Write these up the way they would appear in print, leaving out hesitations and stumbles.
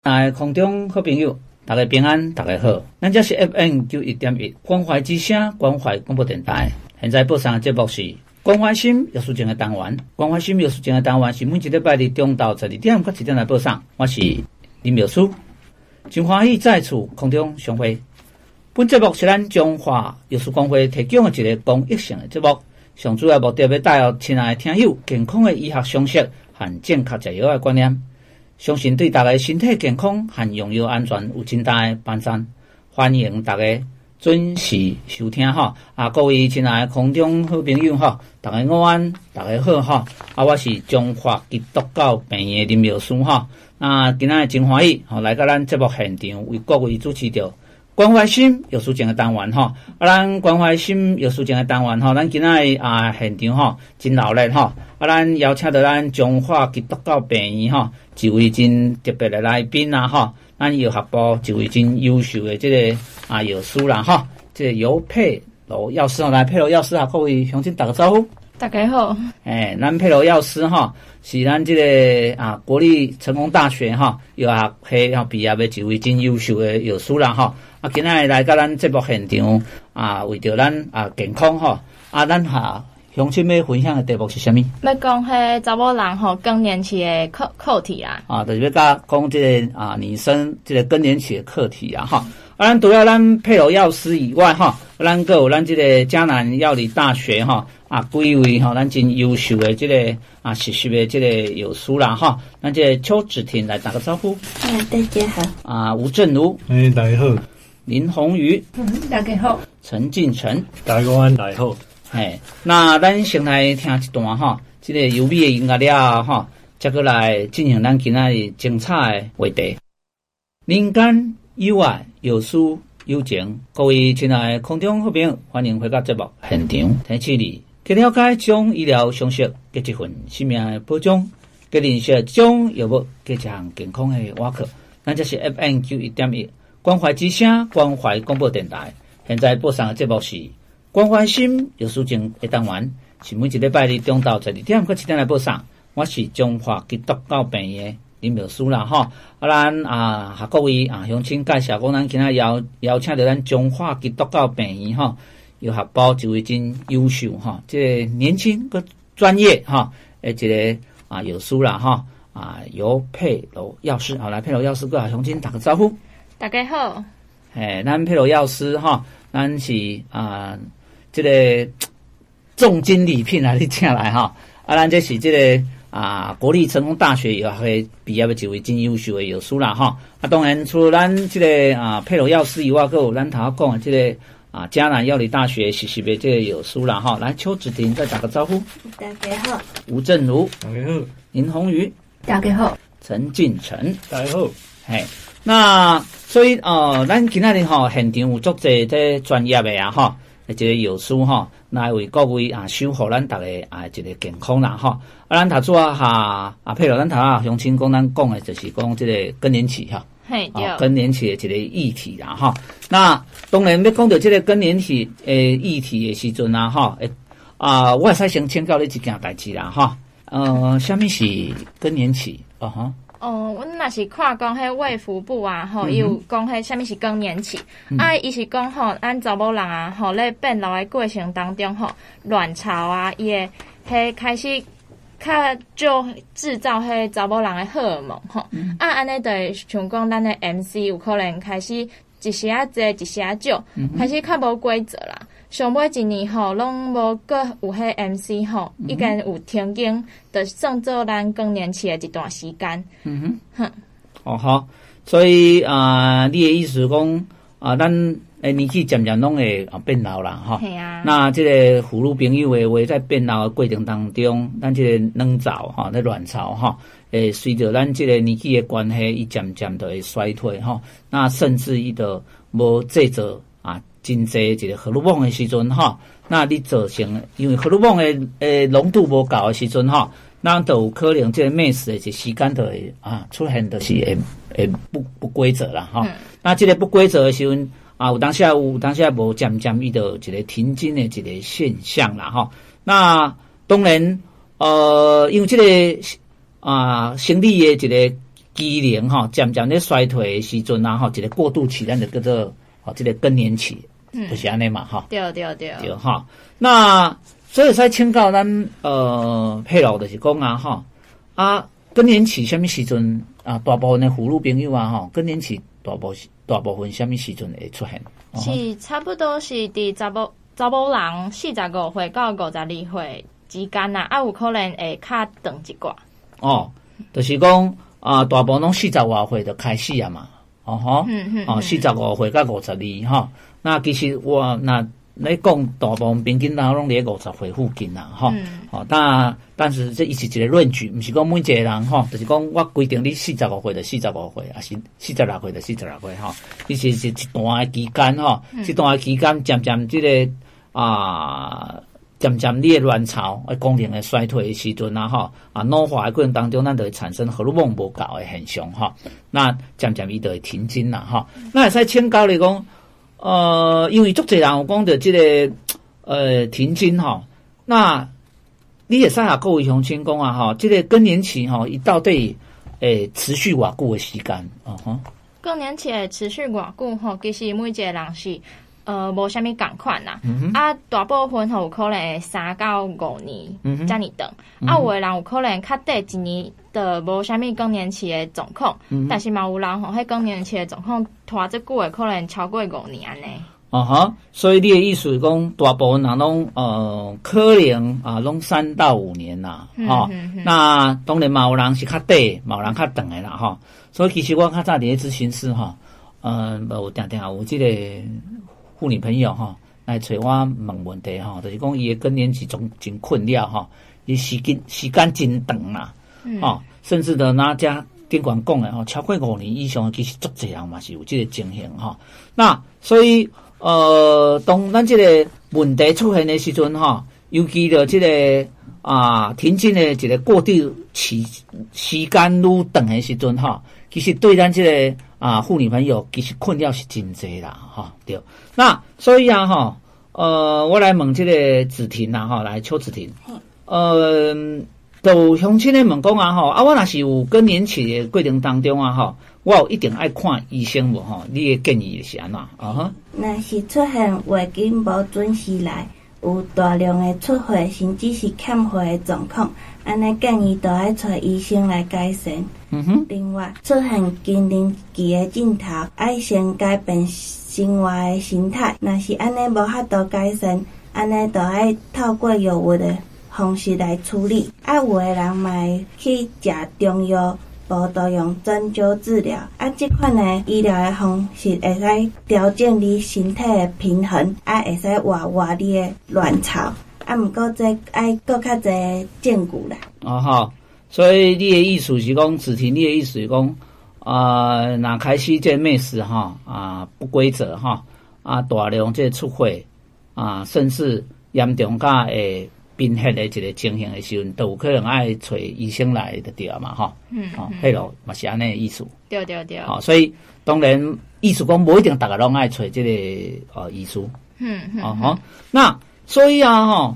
空中好朋友，大家平安，大家好。咱这是 FM91.1关怀之声，关怀广播电台。现在播送的节目是关怀心艺术节的单元。关怀心艺术节的单元是每一礼拜日中到12点到1点来播送。我是林妙书，真欢喜再次空中相会。本节目是咱中华艺术工会提供的一个公益性的节目，上主要目的要带予亲爱的听友健康的医学常识和正确食药的观念。相信对大家身体健康和用药安全有真大的帮助，欢迎大家准时收听哈！各位亲爱的空中好朋友哈，大家午安，大家好哈！我是中华基督教病院林妙书哈。今仔真欢喜，来到咱节目现场为各位主持着关怀心艺术节的单元哈。咱关怀心艺术节的单元哈，咱今仔现场哈真热闹哈。咱邀请到咱中华基督教病院哈一位真特别的来宾哈。咱药学部一位真优秀的这个药师啦哈，这个尤佩罗药师来佩罗药师各位乡亲打个招呼。 大家好。 咱佩罗药师哈是咱这个国立成功大学哈药学系毕业的一位真优秀的药师啦哈。今仔来到咱节目现场为着咱健康哈咱乡亲要分享的题目是啥物？ 要讲迄查某人更年期的课题啦。 就是要讲这个女生这个更年期的课题哈。咱除了咱佩罗药师以外哈，咱还有咱这个嘉南药理大学哈几位咱真优秀的这个实习的这个药师啦哈。咱这个邱芷婷来打个招呼。 大家好。 吴正如。 大家好。 林宏宇。 大家好。 陈进成。 大家安，大家好。 那咱先来听一段哈，这个优美的音乐了哈，再过来进行咱今仔日精彩的话题。人间有爱，有书有情，各位亲爱的空中好朋友，欢迎回到节目现场。天气里，去了解种医疗常识，给一份生命的保障，给认识种药物，给一项健康的瓦课。咱这是 FM91.1关怀之声，关怀广播电台。现在播送的节目是关怀心艺术节的单元，是每一礼拜日中到12点到1点来播送。我是中华基督教病院林妙书啦哈。咱各位乡亲介绍讲，咱今仔邀请到咱中华基督教病院哈药学部一位真优秀哈，这个年轻个专业哈一个药师啦哈尤佩罗药师来佩罗药师各位乡亲打个招呼。 大家好。 咱佩罗药师哈，咱是这个重金礼聘来请来哈。咱这是这个国立成功大学药学系毕业的一位真优秀的药师啦哈。当然除了咱这个佩罗药师以外，还有咱头讲的这个嘉南药理大学实习的这个药师啦哈。来，邱芷婷再打个招呼。 大家好。 吴正如。 大家好。 林宏宇。 大家好。 陈进成。 大家好。 那所以咱今仔日现场有足侪这专业的哈，这个药师哈，来为各位守护咱大家一个健康啦哈。咱头拄佩罗咱头乡亲讲，咱讲的就是讲这个更年期哈。更年期的一个议题啦哈。那当然要讲到这个更年期议题的时阵哈，我会使先请教你一件代志啦哈。什么是更年期哈？ 阮若是看讲迄卫福部伊有讲迄啥物是更年期，伊是讲咱查某人咧变老的过程当中卵巢伊会迄开始较少制造迄查某人的荷尔蒙安尼就会像讲咱的 MC 有可能开始一时啊侪一时啊少，开始较无规则啦。上尾一年拢无个有迄 MC 已经有停经，就算做咱更年期的一段时间。 好，所以你的意思讲咱年纪渐渐拢会变老啦哈。那这个妇女朋友的话，在变老的过程当中，咱这个卵巢那卵巢随着咱这个年纪的关系，伊渐渐的会衰退那甚至伊就无制作真济一个荷尔蒙的时阵那你造成因为荷尔蒙的浓度无够的时阵咱就有可能这个妹死的这时间就会出现就是会不规则啦那这个不规则的时阵有当下无渐渐伊就一个停经的一个现象啦那当然因为这个生理的一个机能吼渐渐咧衰退的时阵啊吼，一个过渡期，咱就叫做这个更年期，就是安尼嘛吼。 对吼。那所以使请教咱佩老就是讲啊吼更年期什么时阵啊？大部分的妇女朋友啊吼，更年期大部分什么时阵会出现？ 是差不多是伫查某人45岁到52岁之间啊，有可能会较长一寡。 就是讲大部分拢40外岁就开始啊嘛，45岁到52吼。那其实那讲大部分平均拢伫50岁附近啦，但是这伊是一个论据，毋是讲每一个人就是讲我规定你45岁就45岁，还是46岁就46岁伊是一段的期间这段的期间渐渐这个渐渐你的卵巢功能的衰退的时阵老化的过程当中，咱就会产生荷尔蒙无够的现象那渐渐伊就会停经啦那会使请教你讲因为足侪人有讲到这个停经那你会使各位乡亲讲这个更年期伊到底持续偌久的时间更年期会持续偌久其实每一个人是无啥物共款啦，大部分有可能会3到5年遮尔长，有的人有可能较短1年就无啥物更年期的状况，但是嘛有人迄更年期的状况拖这久的可能超过5年安尼。 所以你的意思是讲，大部分人拢可能拢3到5年啦，那当然嘛有人是较短，嘛有人较长的啦所以其实我较早伫咧咨询室有定有这个妇女朋友来找我问题就是讲伊的更年期真困扰伊时间真长啦甚至的那家顶管讲的超过5年以上，其实足侪人嘛是有这个情形那所以当咱这个问题出现的时阵尤其的这个停经的一个过渡期时间愈长的时阵其实对咱这个妇女朋友其实困扰是真侪啦对。那所以我来问这个子婷啦来邱子婷就乡亲咧问讲我若是有更年期的过程当中我有一定爱看医生无你的建议是安怎若是出现月经无准时来，有大量的出血，甚至是欠血的状况，安尼建议就要找医生来改善。另外，出现更年期的症头，爱先改变生活的形态。若是安尼无法度改善，安尼就要透过药物的方式来处理。有的人嘛会去食中药，无就用针灸治疗。这款的医疗的方式会使调整你身体的平衡，会使活你的卵巢。毋过这爱搁较侪证据啦。 所以你的意思是讲，子婷，你的意思是讲，若开始这妹子不规则大量这出血甚至严重甲会贫血的一个情形的时阵，都有可能爱找医生来就对嘛迄落嘛是安尼的意思。 对。 所以当然意思讲无一定大家拢爱找这个医师。那所以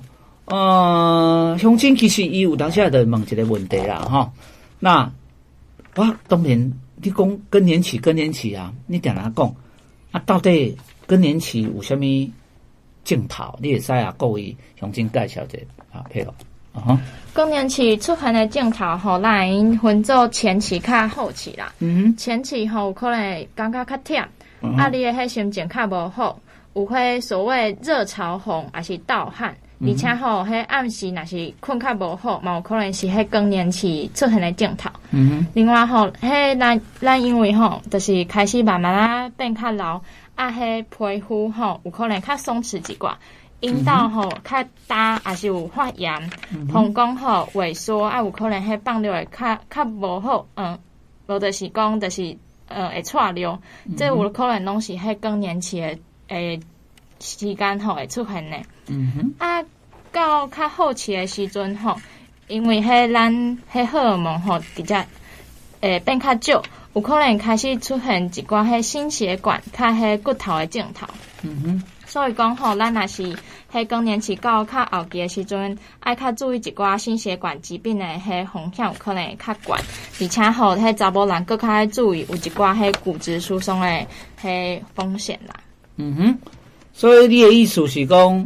乡亲其实伊有当时就问一个问题啦那我当然你讲更年期你定哪讲到底更年期有啥物镜头？你会使各位乡亲介绍一下配合更年期出现的镜头咱会分做前期较后期啦。前期有可能会感觉较忝你的心情较无好，有迄所谓热潮红还是盗汗，而且迄暗时若是困较无好，嘛有可能是迄更年期出现的镜头。另外迄咱因为就是开始慢慢变较老，迄皮肤有可能较松弛一寡，阴道较大，还是有发炎，膀胱萎缩，有可能迄放尿会较无好，无就是讲就是会错尿，这有可能拢是迄更年期的时间会出现的。到较后期的时阵因为咱荷尔蒙直接变较少，有可能开始出现一寡心血管较骨头的镜头。 所以讲吼，咱若是迄更年期到较后期的时阵，爱较注意一寡心血管疾病的迄风险有可能会较悬，而且吼，迄查某人更较爱注意有一寡迄骨质疏松的迄风险啦。 所以你的意思是讲，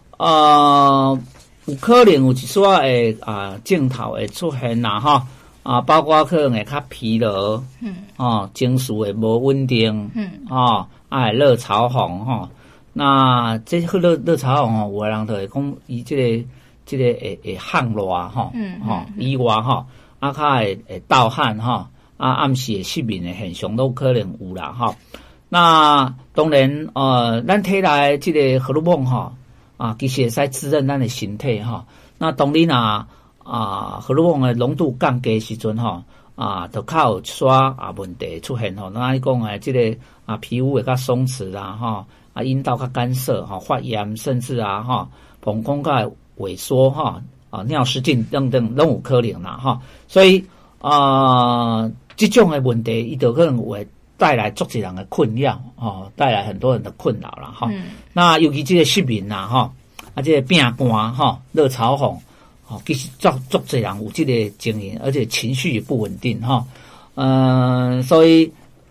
有可能有一撮的镜头会出现啦，哈，包括可能会较疲劳，情绪会无稳定，热潮红哈。那这个热潮红吼，有的人就会讲伊这个会汗热哈，以外哈，较会盗汗哈，暗时会失眠的现象都可能有啦哈。那当然咱体内这个荷尔蒙哈，其实会使滋润咱的身体哈。那当你若荷尔蒙的浓度降低时阵吼，就较有一撮问题出现吼。咱讲这个皮肤会较松弛啦哈。阴道较干涩发炎，甚至膀胱较萎缩尿失禁等等拢有可能啦哈。所以这种的问题，伊就可能会带来足多人的困扰带来很多人的困扰啦哈。那尤其这个失眠啦哈，这个病寒热潮红其实足多人有这个情形，而且情绪也不稳定哈。所以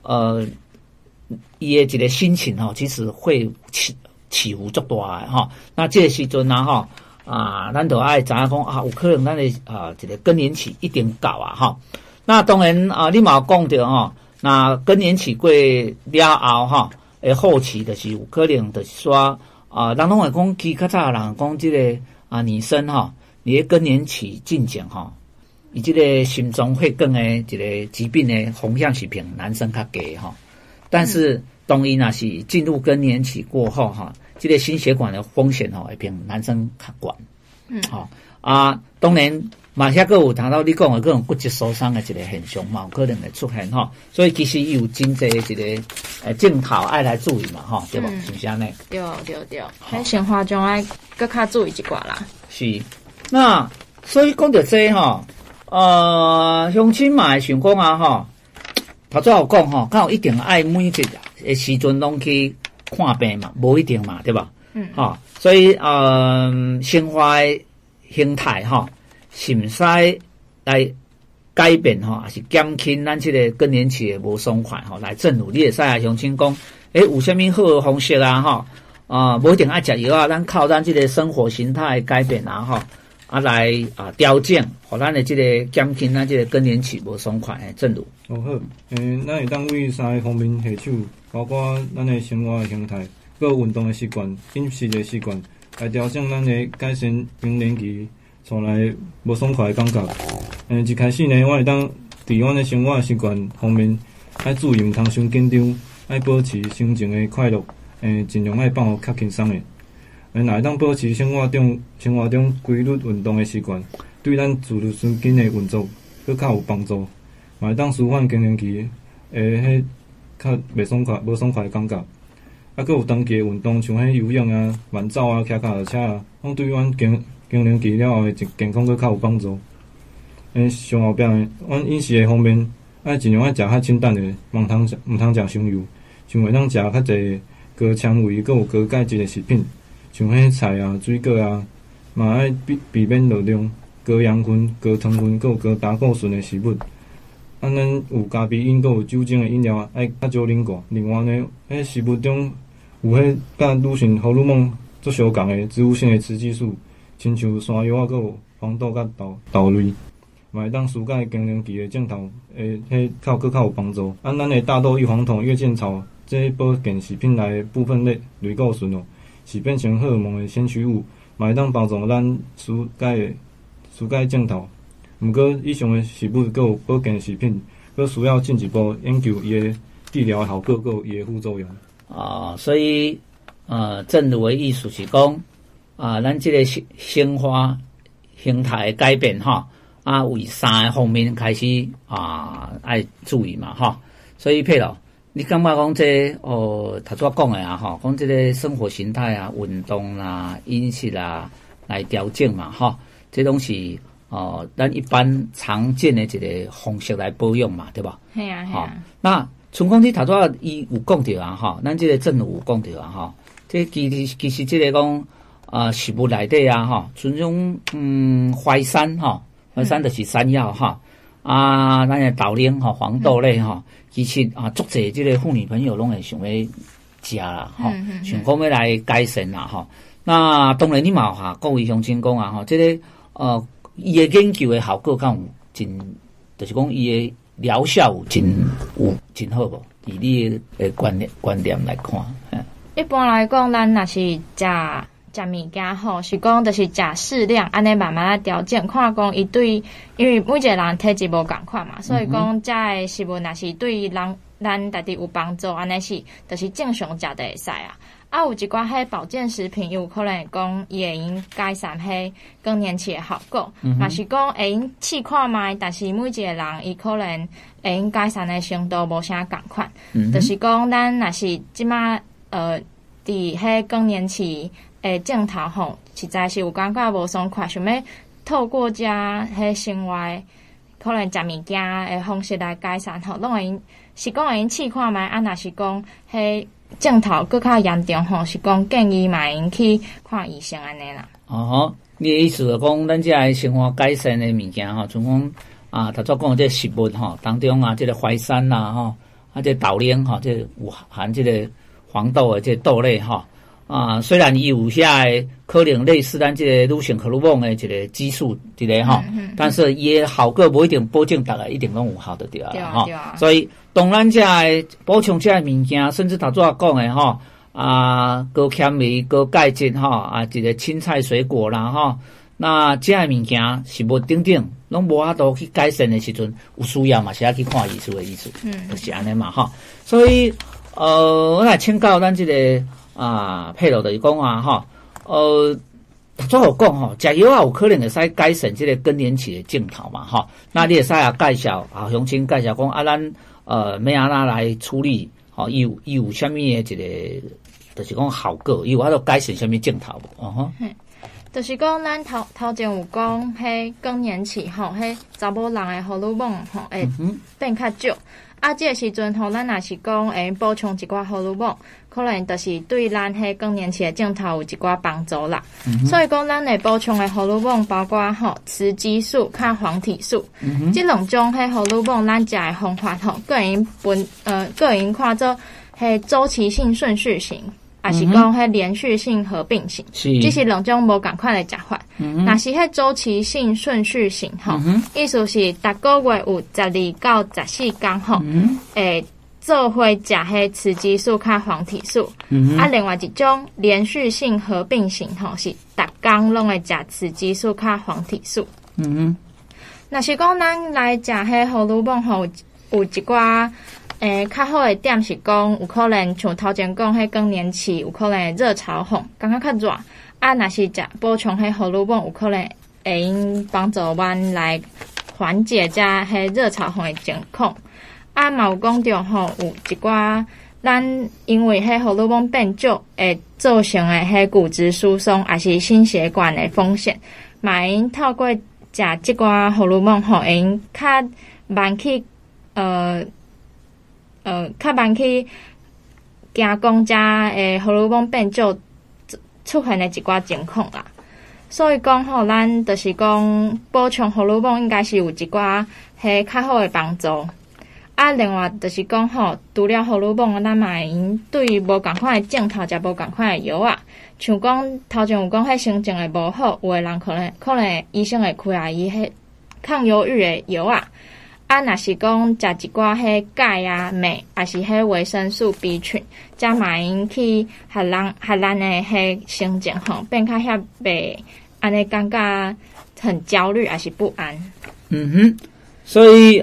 伊的一个心情其实会起伏足大的哈。那这个时阵咱就爱知影讲有可能咱的一个更年期一定到哈。那当然你嘛有讲到那更年期过了后后期就是有可能就是说人拢会讲，其较早人讲这个女生你的更年期进前伊这个心脏血管的一个疾病的风险是比男生较低但是当伊若是进入更年期过后这个心血管的风险会比男生较悬。当然嘛遐个有谈到你讲的各种骨质疏松的一个现象嘛，有可能会出现所以其实有真济一个镜头爱来注意嘛对无？是不是安尼？ 对，喺生活中爱更较注意一寡啦。是， 那所以讲到这乡亲嘛会想讲头先有讲敢有一定爱每一个时阵拢去看病嘛？无一定嘛，对吧？所以生活的形态是毋使来改变还是减轻咱这个更年期的无爽快来正如你会使来乡亲讲，有啥物好的方式无一定爱食药咱靠咱这个生活形态改变来调整，互咱的这个减轻咱这个更年期无爽快正如。 好，咱会当为3个方面下手，包括咱的生活的形态、个运动的习惯、饮食的习惯，来调整咱的改善更年期带来无爽快的感觉。一开始呢，我会当伫阮的生活习惯方面，爱注意毋通伤紧张，爱保持心情的快乐，尽量爱放互较轻松的。若会当保持生活中规律运动的习惯，对咱自律神经的运作佫较有帮助，嘛会当舒缓更年期迄较无爽快的感觉。佫有长期的运动，像游泳慢走骑脚踏车拢对阮更年期了后的健康佫较有帮助。上后壁的，阮饮食的方面，爱尽量爱食较清淡的，毋通食伤油，像会当食较济高纤维佫有高钙质的食品。像迄菜水果嘛爱避免热量、高盐分、高糖分，佫有高胆固醇的食物。咱有咖啡因，佫有酒精的饮料，爱较少啉过。另外呢，迄食物中有迄甲女性荷尔蒙足相共的植物性的雌激素，亲像山药佫有黄豆甲豆类，嘛会当疏解更年期的症头，迄佫较有帮助。咱的大豆异黄酮、月见草这保健食品内的部分类固醇是变成荷尔蒙的先驱物，嘛会当帮助咱疏解症头。毋过以上的食物佫有保健食品，佫需要进一步研究伊的治疗效果，佫有伊的副作用。 所以正如的意思是讲咱这个生活形态的改变为3个方面开始爱注意嘛所以佩老。你感觉讲这头先讲的讲这个生活形态运动啦、饮食啦来调整嘛这拢是咱一般常见的一个方式来保养嘛，对吧？ 系啊。 那像讲你头先伊有讲到咱这个正有讲到这其实这个讲食物内底啊吼，像种淮山吼，淮山就是山药哈。咱的豆奶吼、黄豆类吼，其实足侪这个妇女朋友拢会想要食啦吼，想讲要来改善啦吼。那当然你嘛哈，各位乡亲讲啊吼，这个伊的研究的效果敢有真，就是讲伊的疗效有真好无？以你的观念来看， 一般来讲，咱若是食物件吼，是讲就是食适量，安尼慢慢来调整，看讲伊对，因为每一个人体质无共款嘛，所以讲食的食物若是对咱家己有帮助，安尼是就是正常食就会使啊。有一寡迄保健食品，有可能会讲伊会用改善迄更年期的效果，若是讲会用试看卖，但是每一个人伊可能会用改善的程度无啥共款，就是讲咱若是即马伫迄更年期镜头吼，实在是有感觉无爽快，想要透过迄生活，可能食物件的方式来改善吼，拢会是讲会用试看卖，若是讲迄镜头更较严重吼，是讲建议嘛用去看医生安尼啦。 你的意思就讲，咱这生活改善的物件吼，像讲头先讲这食物吼当中这个淮山啦吼，这豆奶吼，这有含这个黄豆的这豆类吼。虽然伊有遐可能类似咱这个女性荷尔蒙的一个激素一个吼，但是伊的效果无一定保证大家一定拢有效的对啦吼。所以当咱这个补充这个物件，甚至头先讲的吼高纤维、高钙质吼一个青菜水果啦吼，那这个物件食物等等拢无法度去改善的时阵，有需要嘛是要去看医师的意思，就是安尼嘛吼。所以我来请教咱这个。配落就是讲吼，头先有讲吼，食药有可能会使改善这个更年期的镜头嘛吼。那你会使介绍乡亲介绍讲咱要安怎来处理吼？伊有啥物的一个，就是讲效果，伊有法度改善啥物镜头无？ 就是讲咱头前有讲，迄更年期吼，迄查某人的荷尔蒙吼会变较少。这个时阵吼，咱若是讲会补充一寡荷尔蒙，可能就是对咱迄更年期的镜头有一寡帮助啦。所以讲，咱会补充的荷尔蒙包括雌激素、甲黄体素。这两种迄荷尔蒙，咱食的方法吼，个人看做迄周期性顺序型。也是讲迄连续性合并型，这是两种无共款的食法。若是迄周期性顺序型吼，意思是逐个月有12到14天吼，做伙食迄雌激素甲黄体素。另外一种连续性合并型吼，是逐天拢会食雌激素甲黄体素。若是讲咱来食迄荷尔蒙吼，有一寡。较好的点是讲，有可能像头前讲，迄更年期有可能热潮红，感觉较热。若是食补充迄荷尔蒙，有可能会用帮助阮来缓解迄热潮红的情况。嘛有讲到吼，有一寡咱因为迄荷尔蒙变少，会造成的迄骨质疏松，也是心血管的风险。嘛用透过食即寡荷尔蒙吼，会用较慢去较慢去加工荷尔蒙变少出现的一寡情况啦。所以讲吼，咱就是讲补充荷尔蒙应该是有一寡较好的帮助。另外就是讲吼，除了荷尔蒙，咱嘛会用对无共款的镜头食无共款的药啊。像讲头前有讲心情会无好，有的人可能医生会开伊抗忧郁的药啊。若是讲食一寡钙啊、镁，也是维生素 B 群，才嘛用去互咱的心情吼变较遐袂安尼感觉很焦虑，还是不安。 所以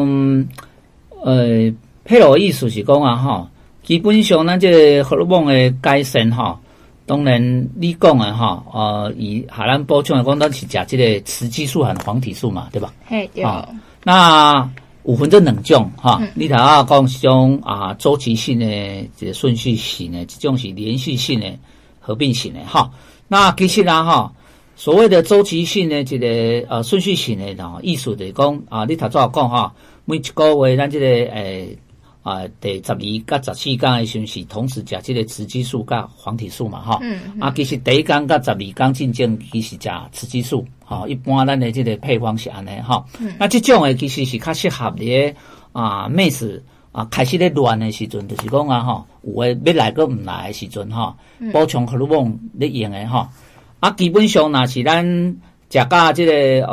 配落意思是讲基本上咱这个荷尔蒙的改善当然你讲的以咱补充来讲，咱是食这个雌激素和黄体素嘛，对吧？ 嘿，对。 那有分这两种你头先讲是种周期性的这个顺序型的，这种是连续性的合并型的那其实所谓的周期性的这个顺序型的意思就是讲你头先讲每一个月咱这个第12甲14天的时候是同时食这个雌激素甲黄体素嘛吼。其实第1天甲12天进前其实食雌激素，一般咱的这个配方是安尼吼。那这种的其实是较适合咧妹子开始咧乱的时阵，就是讲有诶要来个毋来的时阵补充荷尔蒙咧用的吼。基本上若是咱食到这个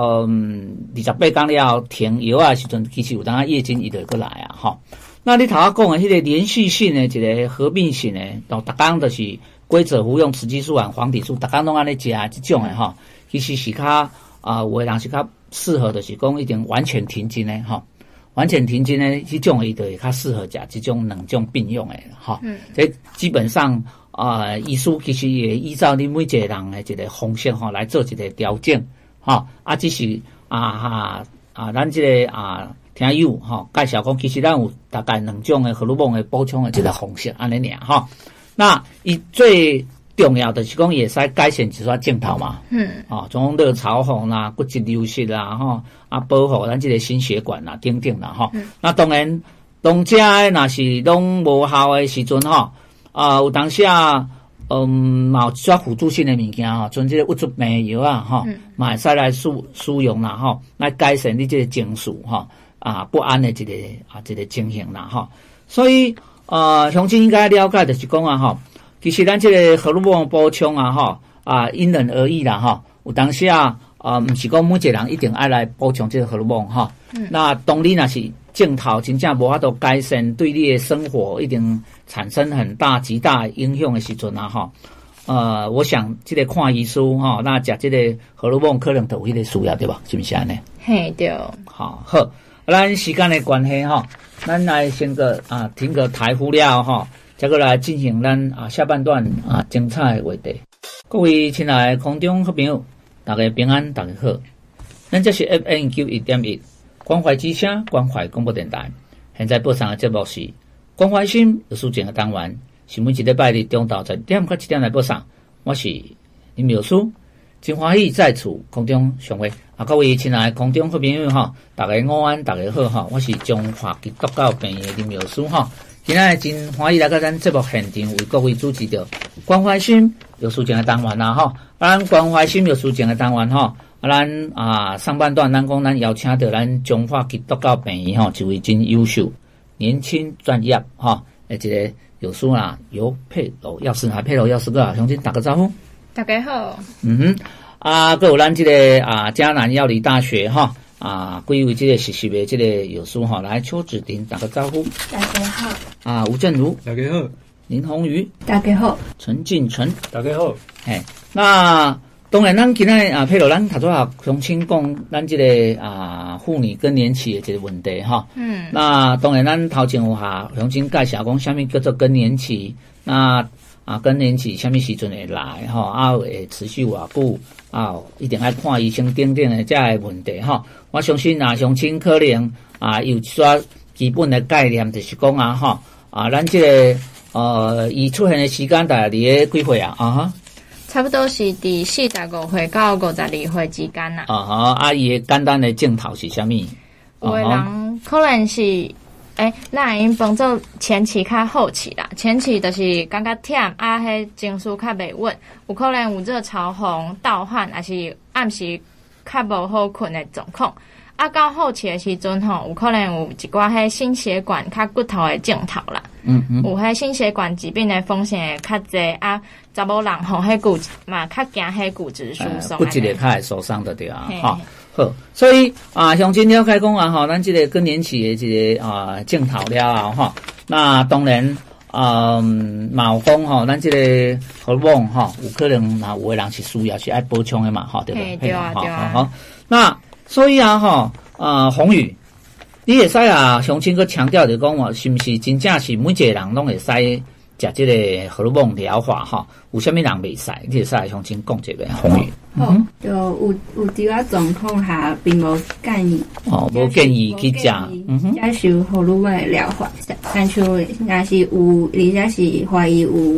28天了停药的时阵，其实有当月经伊就会过来吼。那你头仔讲的迄个连续性的一个合并性的，逐工就是规则服用雌激素和黄体素，逐工拢安尼食这种的吼，其实是较有的人是较适合的是讲已经完全停经的吼，完全停经的这种伊就会较适合食这种两种并用的吼。这基本上医师其实也依照你每一个人的一个方式来做一个调整只是咱这个听友介绍讲，其实咱有大概2种的荷尔蒙的补充的这个方式安尼尔那伊最重要的是讲也使改善一撮镜头嘛，种热潮红啦、骨质流失啦保护咱这个心血管啦等等啦那当然当这的若是拢无效的时阵有当时嘛有一撮辅助性的物件像这个物质病药嘛会使来使用啦来改善你这个情绪不安的这个情形啦所以乡亲应该了解就是讲其实咱这个荷尔蒙补充因人而异啦有当时不是讲每一个人一定爱来补充这个荷尔蒙那当你若是镜头真正无法度改善，对你的生活一定产生很大极大影响的时阵我想这个看医师那食这个荷尔蒙可能都有迄个需要对吧？是不是安尼？ 嘿对。 好，咱时间的关系咱来先个停个台呼了再过来进行咱下半段精彩的话题。各位亲爱的空中好朋友，大家平安，大家好。咱这是 FM 91.1关怀之声关怀广播电台。现在播送的节目是关怀心有事情的单元，是每一礼拜日中昼10点到7点来播送。我是林秘书，真欢喜在此空中相会。各位亲爱的空中好朋友大家午安，大家好我是中华基督教病院的林秘书今仔真欢喜来到咱节目现场，为各位主持着关怀心有事情的单元咱关怀心有事情的单元咱上半段咱讲咱邀请到咱中华基督教病院一位真优秀、年轻、专业一个有师尤佩柔药师佩柔药师哥乡亲打个招呼。 大家好。 还有咱这个嘉南药理大学几位这个实习的这个有师来邱子婷打个招呼。 大家好。 吴正如。 大家好。 林宏宇。 大家好。 陈进纯。 大家好。 那当然咱今天佩柔咱头拄仔乡亲讲咱这个妇女更年期的这个问题那当然咱头前有乡亲介绍讲啥物叫做更年期，那更年期啥物时阵会来会持续偌久一定要看医生等等的这个问题我相信乡亲可能有一撮基本的概念，就是讲咱这个伊出现的时间大概伫咧几岁差不多是伫45岁到52岁之间伊的简单的镜头是啥物？ 有的人可能是咱因分做前期较后期啦。前期就是感觉忝迄情绪较袂稳，有可能有热潮红、盗汗，还是暗时较无好困的状况。到后期的时阵有可能有一寡迄心血管较骨头的镜头啦。有迄心血管疾病的风险会较侪查某人迄骨嘛较惊迄骨质疏松， 骨质会较会受伤的对好，所以乡亲了解讲咱这个更年期的这个镜头了那当然嘛有讲咱这个荷尔蒙有可能有的人是需要是爱补充的嘛对不对？对那所以宏宇，你会使乡亲去强调就讲是不是真正是每一个人拢会使食这个荷尔蒙疗法有啥物人袂使？你会使乡亲讲一个宏宇。 就有伫我状况下并无建议无建议去食接受荷尔蒙的疗法，但是若是有，而且是怀疑有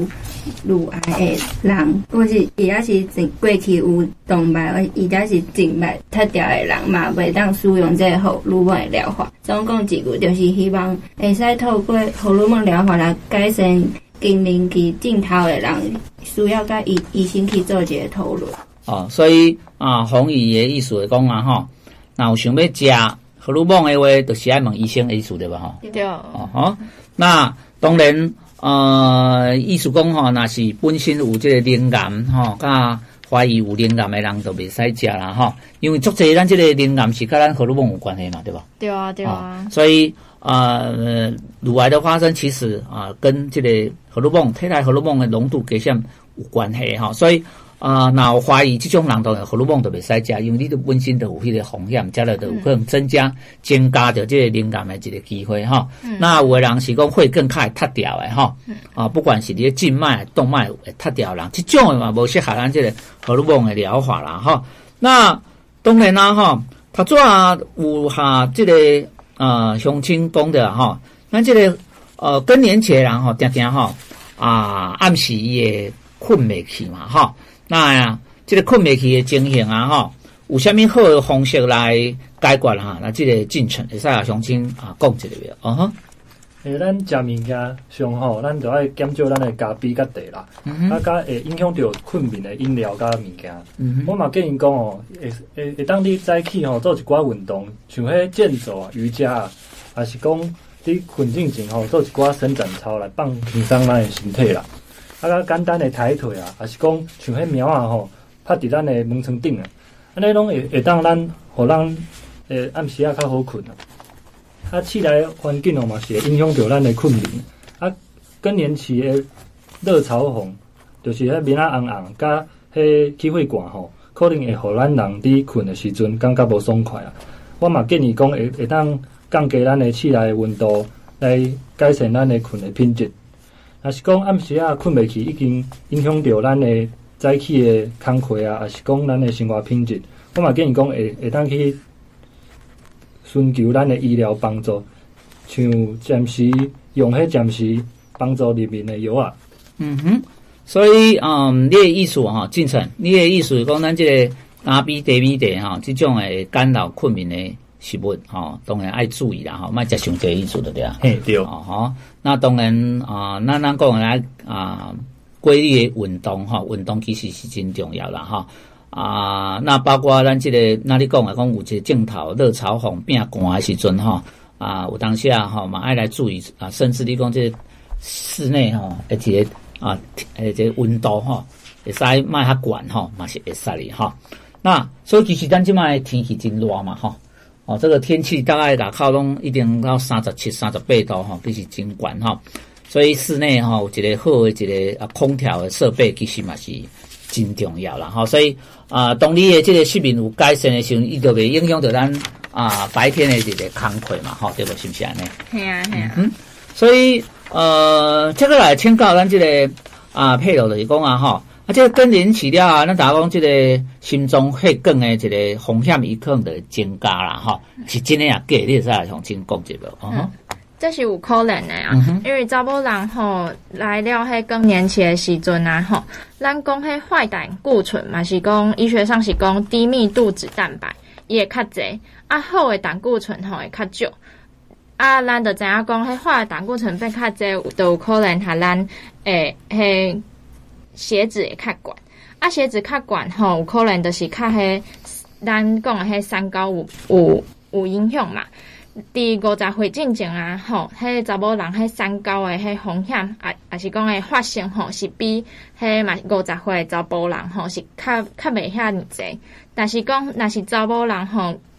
乳癌的人，或是伊也是过去有动脉，伊也是静脉塌掉的人嘛，袂当使用这个荷尔蒙的疗法。总共一句就是希望会使透过荷尔蒙疗法来改善更年期尽头的人，需要甲医生去做一个讨论。 所以洪姨的意思是讲吼，那有想要食荷尔蒙的话，就是爱问医生的意思对吧？ 对。 那当然，意思讲吼，若是本身有这个灵癌甲怀疑有灵癌的人，就袂使食啦因为足侪咱这个灵癌是甲咱荷尔蒙有关系嘛，对吧？ 对啊。 所以乳癌的发生其实跟这个荷尔蒙体内荷尔蒙的浓度加减有关系所以若有怀疑这种人当然荷尔蒙就袂使食，因为你的本身就有迄个风险，食了就有可能增加着这个灵癌的一个机会那有的人是讲会更快塌掉的不管是你的静脉、动脉会塌掉人，这种的嘛无适合咱这个荷尔蒙的疗法啦那当然啦他做有下这个乡亲讲的咱这个更年期的人定定暗时伊会困袂去嘛那这个困袂去的情形有啥物好的方式来解决那这个进程会使乡亲讲一下咱食物件上咱就爱减少咱的咖啡甲茶啦，甲会影响到困眠的饮料甲物件。我嘛建议讲会当你早起做一寡运动，像迄健走瑜伽还是讲你困觉前做一寡伸展操来放轻松咱的身体啦。较简单的抬腿还是讲像迄猫拍伫咱的门床顶安尼拢会当互咱暗时较好困室内环境嘛是会影响到咱的困眠更年期的热潮红，就是迄面红红甲迄气血管可能会互咱人伫困的时阵感觉无爽快我嘛建议讲会当降低咱的室内的温度，来改善咱的困的品质。若是讲暗时困袂去，已经影响到咱的早起的工课还是讲咱的生活品质，我嘛建议讲会当去寻求咱的医疗帮助，像暂时用迄暂时帮助入眠的药所以你的意思进程，你的意思是讲咱这个咖啡、茶米茶这种的干扰困眠的食物当然爱注意啦莫食伤济意思的对啊。 对那当然咱讲来规律的运动运动其实是真重要啦那包括咱这个那你讲有一个镜头热潮红变寒的时阵有当时嘛爱来注意甚至你讲这室内而且这温度会使卖较悬嘛是会使的那所以其实咱即摆天气真热嘛这个天气大概大靠拢一定到37、38度其实真悬所以室内有一个好的一个空调的设备其实嘛是真重要啦所以当你的这个睡眠有改善的时候，伊就袂影响到咱白天的这个工课嘛对不？是不是安尼？ 系啊所以这个来请教咱这个配偶就是讲这个更年期了咱大家讲这个心脏血管的这个风险有可能就增加啦是真的假？你会使来向真讲一个这是有可能的因为查某人来了迄更年期的时阵咱讲迄坏胆固醇嘛是讲医学上是讲低密度脂蛋白伊会较侪好的胆固醇会较少咱就知影讲迄坏的胆固醇变较侪就有可能互咱迄血脂会较悬血脂较悬有可能就是较迄咱讲的迄三高有影响嘛伫50岁进前迄查某人迄三高的迄风险也是讲会发生是比迄嘛50岁的查甫人是较袂遐尔济，但是讲若是查某人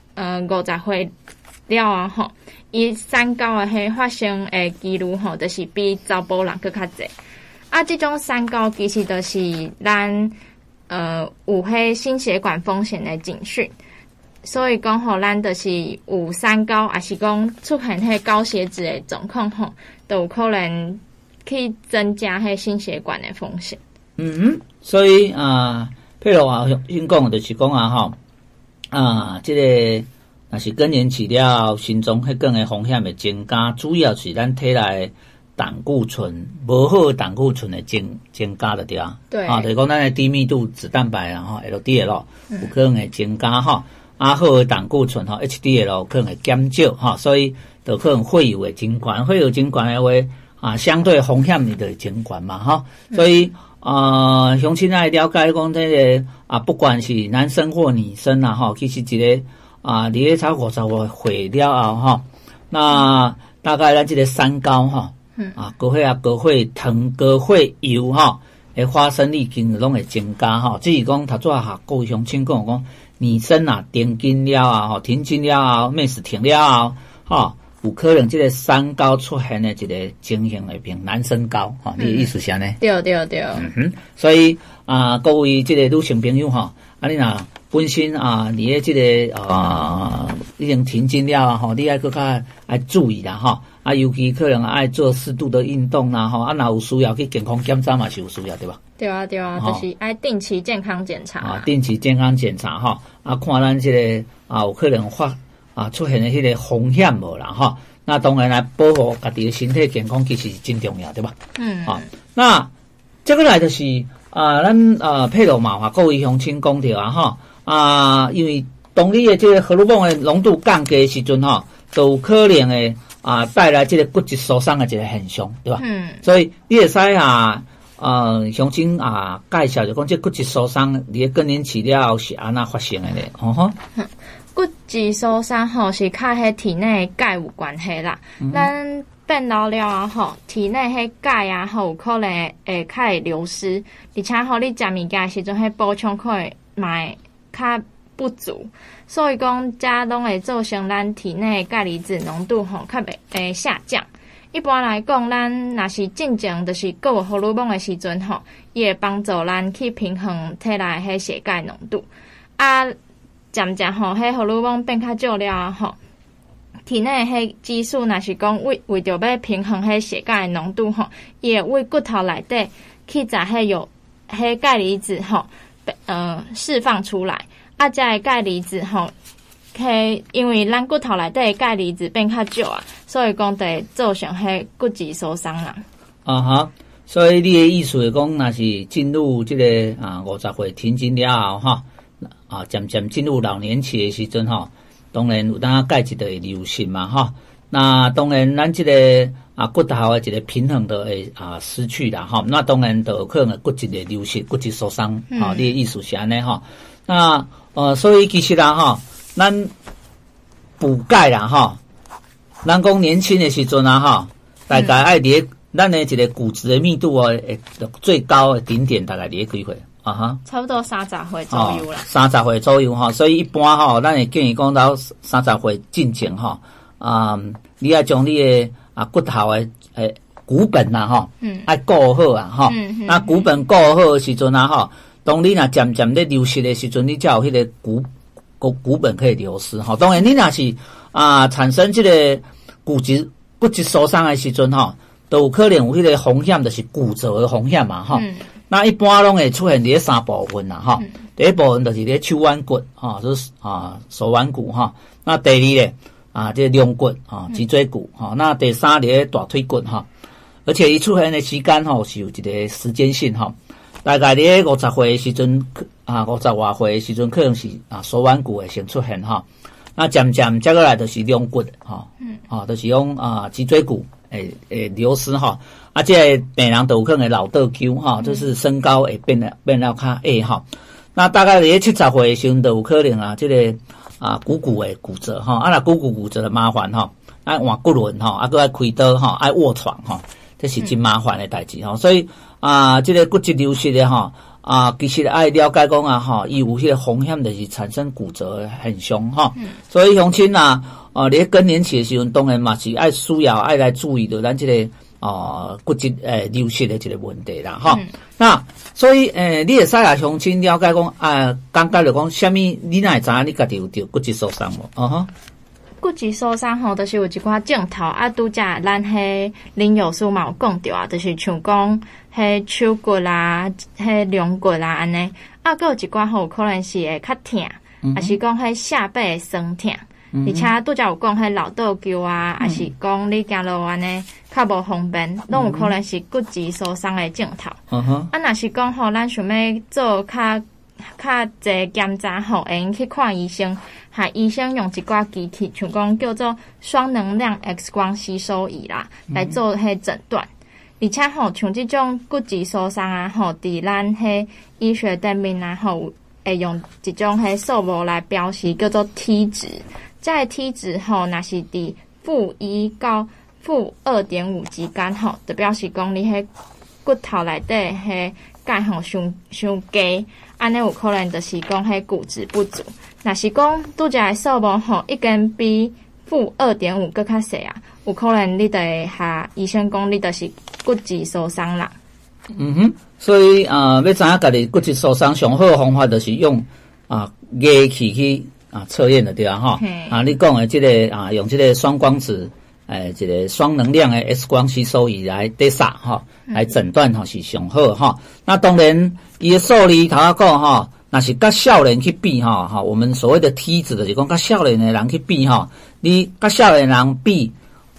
50岁了伊三高的迄发生的几率就是比查甫人佫较济这种三高其实就是咱有迄心血管风险的警讯。所以讲咱就是有三高，还是讲出现迄高血脂的状况都有可能去增加迄心血管的风险。 所以譬如先讲就是讲这个若是更年期了，心脏血管的风险会增加，主要是咱体内胆固醇，无好的胆固醇的增加的对啊。 对。 啊，就是讲咱的低密度脂蛋白啊，吼 LDL 有可能会增加哈，啊好的胆固醇哈 HDL 可能会减少哈，所以就可能血油会增悬，血油增悬的话啊，相对风险你就会增悬嘛哈，所以乡亲爱了解讲这个啊，不管是男生或女生啊哈，其实一个啊，你咧超50岁了后哈，那大概咱这个三高哈，啊，高血压、高血糖、高血油哈，诶，发生率其实拢会增加哈。只是讲头拄下各位乡亲讲，女生啊，停经了啊，吼，停经了后，妹死停了后，哈，有可能这个三高出现的一个情形会变男生高哈。你的意思是安尼？ 对。 所以啊，各位这个女性朋友哈，啊，你若本身啊，你的这个已经停经了啊，吼，你爱搁较爱注意啦哈，啊，尤其可能爱做适度的运动啦，吼，啊，若有需要去健康检查嘛是有需要对吧？ 对啊，就是爱定期健康检查啊，定期健康检查哈，啊，看咱这个啊有可能出现的迄个风险无啦哈，那当然来保护家己的身体健康其实是真重要对吧？啊，那接过来就是咱佩罗嘛，各位乡亲讲着啊哈。啊，因为当你的这个荷尔蒙的浓度降低的时阵哈，都有可能的带来这个骨质疏松的一个现象，对吧？所以你会使乡亲介绍就讲这骨质疏松，你的更年期了后是安那发生的咧？ 骨质疏松吼是较迄体内钙有关系啦。咱变老了啊吼，体内迄钙啊吼有可能会较会流失，而且吼你食物件的时阵，迄补充可能嘛较不足，所以讲这拢会造成咱体内钙离子浓度吼较会下降。一般来讲，咱若是正常就是各有荷尔蒙的时阵吼，伊会帮助咱去平衡体内迄血钙浓度。啊，渐渐吼，迄荷尔蒙变较少了吼，体内迄激素若是讲为着要平衡迄血钙的浓度吼，伊会为骨头内底去把迄钙离子吼。释放出来，这个钙离子吼，因为咱骨头内底的钙离子变较少啊，所以讲会造成迄骨质疏松啦。 所以你的意思是讲，若是进入这个50岁停经了后哈，渐渐进入老年期的时阵哈，当然有当钙质就会流失嘛哈。那当然咱这个骨头的一个平衡都会失去啦哈，那当然就有可能骨质的流失、骨质疏松你的意思是安尼哈。那所以其实啦哈，咱补钙啦哈，咱讲年轻的时阵哈，大概爱伫咱的一个骨质的密度最高的顶点大概伫几岁差不多30岁左右啦。 30岁左右哈，所以一般哈，咱会建议讲到30岁进前哈。你要将你的骨头的骨本啦吼，爱顾好啊吼。那骨本顾好的时阵哈，当你若渐渐咧流失的时阵，你才有迄个骨本可以流失吼。当然你若是产生这个骨质疏松的时阵吼，都有可能有迄个风险，就是骨折的风险嘛吼。那一般拢会出现伫3部分啦吼。第一部分就是咧手腕骨就是手腕骨哈。那第二咧。这个龙骨脊椎骨那第三咧大腿骨而且伊出现的时间是有一个时间性大概咧50岁的时阵50多岁的时阵可能是手腕骨会先出现那渐渐接过来就是龙骨就是讲脊椎骨会流失这个病人都有可能会老倒丘就是身高会变了较矮那大概咧70岁的时阵都有可能这个骨的骨折若骨折的麻烦爱换骨轮搁爱开刀爱卧床这是真麻烦的代志所以这个骨质流失的其实爱了解讲伊有迄个风险就是产生骨折的现象所以乡亲你更年期的时阵，当然嘛是爱需要爱来注意到咱这个骨质流失的一个问题啦那所以你会使乡亲了解讲感觉就讲什么你哪会知你家己有着骨质疏松无骨质疏松就是有一寡症头拄则咱迄林有书嘛有讲着就是像讲迄手骨啦迄龙骨啦安尼搁有一寡可能是会较痛还是讲迄下背会酸痛而且拄则有讲迄老倒丘还是讲你行路安尼较无方便，拢有可能是骨质疏松的镜头。若是讲吼，咱想要做较侪检查吼，会用去看医生，哈，医生用一寡机器，像讲叫做双能量 X 光吸收仪啦，来做迄诊断。而且吼，像即种骨质疏松啊，吼，伫咱迄医学顶面啊，吼，会用一种迄数目来表示，叫做 T 值。这T 值吼，若是伫-1到-2.5之间吼，就表示讲你迄骨头内底迄钙吼伤低，安尼有可能就是讲迄骨质不足。若是讲拄则数目吼，已经比-2.5更较细啊，有可能你就会甲医生讲你就是骨质疏松啦。 所以要知影家己骨质疏松上好的方法就是用仪器去测验的对啊哈。你讲的这个用这个双光子这个双能量的 X 光吸收仪来检查哈，来诊断哈是上好哈。那当然伊的数字头仔讲哈，那是甲少年去比哈，我们所谓的 T 值就是讲甲少年的人去比哈，你甲少年人比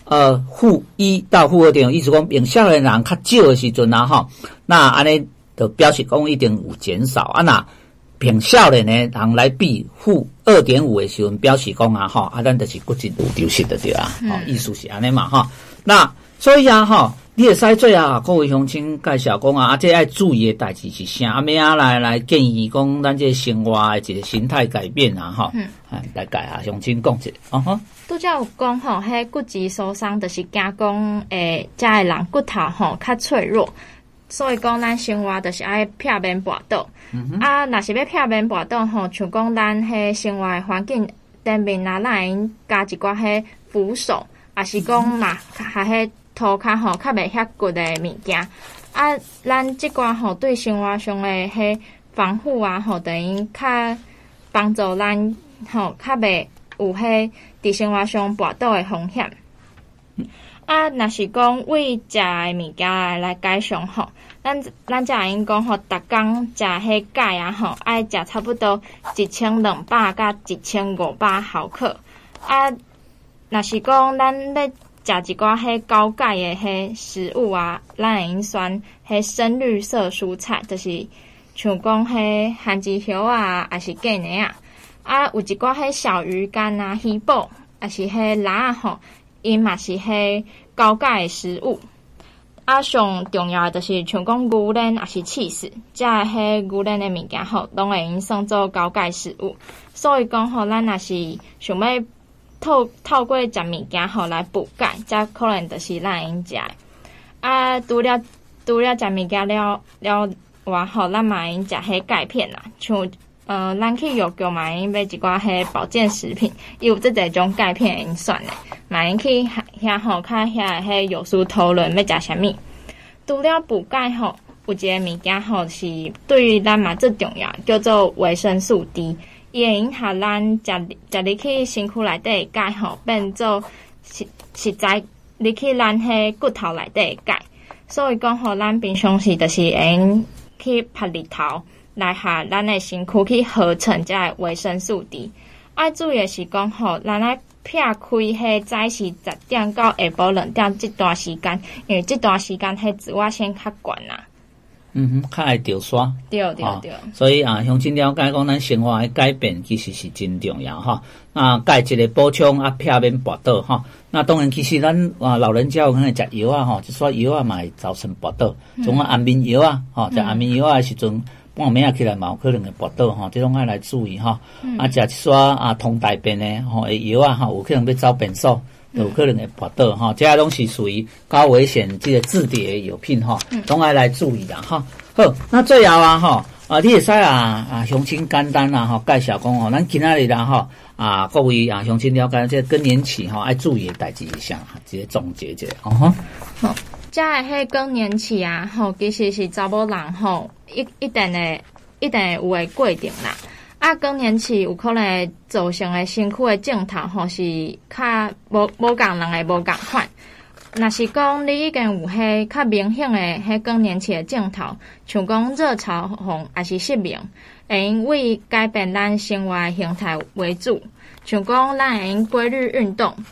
-1到-2.5，意思讲用少年人较少的时阵啊哈，那安尼就表示讲一定有减少那凭少年的人来比-2.5的时阵，表示讲咱就是骨质有流失的对啦，意思是安尼嘛哈。那所以你会使做各位乡亲介绍讲这爱注意的代志是啥？要来建议讲咱这生活的一个形态改变来甲乡亲讲一下拄则有讲吼，迄骨质疏松就是惊讲遮个人骨头吼较脆弱。所以讲，咱生活就是爱避免跋倒。若是要避免跋倒吼，像讲咱迄生活的环境顶面咱会用加一寡迄扶手，也是讲嘛，还迄涂骹吼较袂遐骨的物件。咱即寡吼对生活上的迄防护吼，等于较帮助咱吼较袂有迄伫生活上跋倒的风险。若是讲为食的物件来改善吼，咱才会用讲吼，逐工食迄钙吼，爱食差不多1200到1500毫克。若是讲咱要食一寡迄高钙的迄食物咱会用选迄深绿色蔬菜，就是像讲迄番薯叶还是芥菜有一寡迄小鱼干鱼脯，还是迄辣吼。因嘛是迄高钙的食物，上重要的就是像讲牛奶也是起司，这迄牛奶的物件吼，拢会用算做高钙食物。所以讲吼，咱若是想要透过食物件吼来补钙，这可能就是咱会用食的。除了食物件了外吼，咱嘛会用食迄钙片啦，像咱去药局嘛用买一寡迄保健食品，伊有这一种钙片用选的，嘛用去遐吼较遐迄药师讨论要食啥物。除了补钙吼，有一个物件吼是对于咱嘛最重要，叫做维生素 D， 伊会影响咱食入去身躯内底的钙吼，变做实在入去咱迄骨头内底的钙。所以讲吼，咱平常时就是会用去晒日头。来下咱的身躯去合成这个维生素 D。爱注意的是讲吼，咱来撇开迄早时10点到下晡2点这段时间，因为这段时间迄紫外线较悬啦。 较爱着刷。 对。 所以乡亲了解讲，咱生活的改变其实是真重要哈。钙质的补充避免跋倒哈。那当然，其实咱老人家有可能食药吼，一撮药嘛会造成跋倒，种安眠药食安眠药的时阵。半暝起来嘛有可能会跋倒这种爱来注意食一撮通大便的药有可能要走便所，有可能会跋倒这些拢是属于高危险这个致跌的药品拢爱来注意啦好，那最后你会使乡亲简单介绍讲咱今仔日各位乡亲了解这更年期爱注意的代志是啥，直接总结一下好。 这迄更年期其实是查某人一定会有诶过程啦。更年期有可能会造成诶身躯诶镜头是较无共人诶无共款。若是讲你已经有迄较明显诶迄更年期诶镜头，像讲热潮红还是失眠，会因为改变咱生活诶形态为主，像讲咱会因规律运动。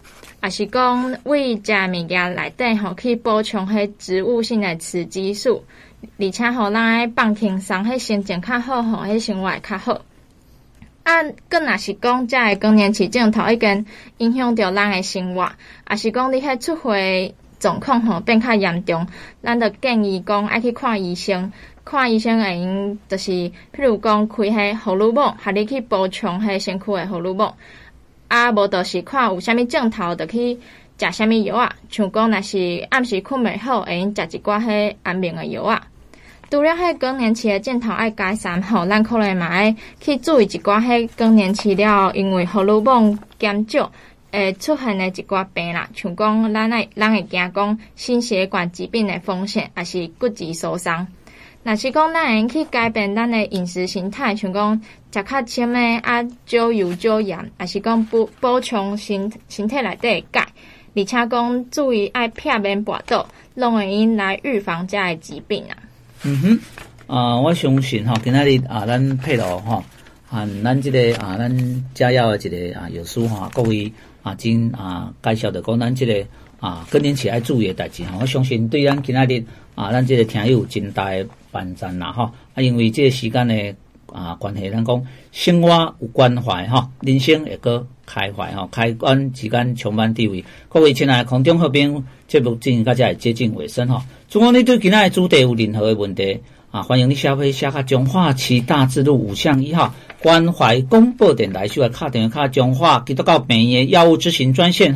也是讲为食物件内底吼去补充迄植物性的雌激素，而且吼咱爱放轻松，迄心情较好吼，迄生活会较好。啊，更若是讲遮个更年期镜头已经影响到咱的生活，也是讲你迄出血状况吼变较严重，咱就建议讲爱去看医生。看医生会用就是譬如讲开迄荷尔蒙，互你去补充迄身躯的荷尔蒙。啊，无就是看有啥物症头，就去食啥物药啊。像讲若是暗时困袂好，会用食一寡迄安眠的药啊。除了迄更年期的镜头爱改善吼，咱可能嘛爱去注意一寡迄更年期了，因为荷尔蒙减少会出现的一寡病啦，像讲咱会惊讲心血管疾病的风险，也是骨质疏松。若是讲咱会去改变咱的饮食形态，像讲食较深的啊，少油少盐，也是讲补充身体内底的钙，而且讲注意爱避免跋倒，拢会用来预防遮的疾病啊。 我相信吼，今仔日咱配合吼，咱这个咱家药的一个药师吼，各位真介绍着讲咱这个更年期爱注意的代志吼，我相信对咱今仔日咱这个听友真大的帮赞啦吼，因为这个时间的关系，咱讲生活有关怀吼，人生会个开怀吼，开关之间充满智慧。各位亲爱的空中好朋友，节目进行到这接近尾声吼。如果你对今仔的主题有任何的问题欢迎你写到中华七大之路5巷1号关怀广播电台，需要打电话中华基督教病院药物咨询专线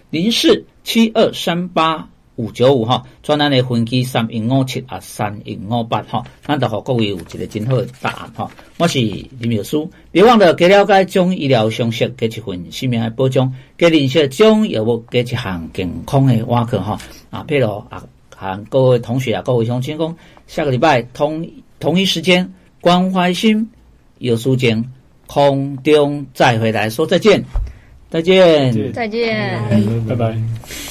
0472385595哈，专栏的分机31573158哈，咱就互各位有一个真好的答案哈。我是林药师，别忘了加了解中医疗常识，加一份生命的保障，加认识中药物，加一项健康的瓦课哈。譬如和各位同学各位乡亲讲，下个礼拜同一时间，关怀心有书间空中再回来说再见， 再见， 拜拜。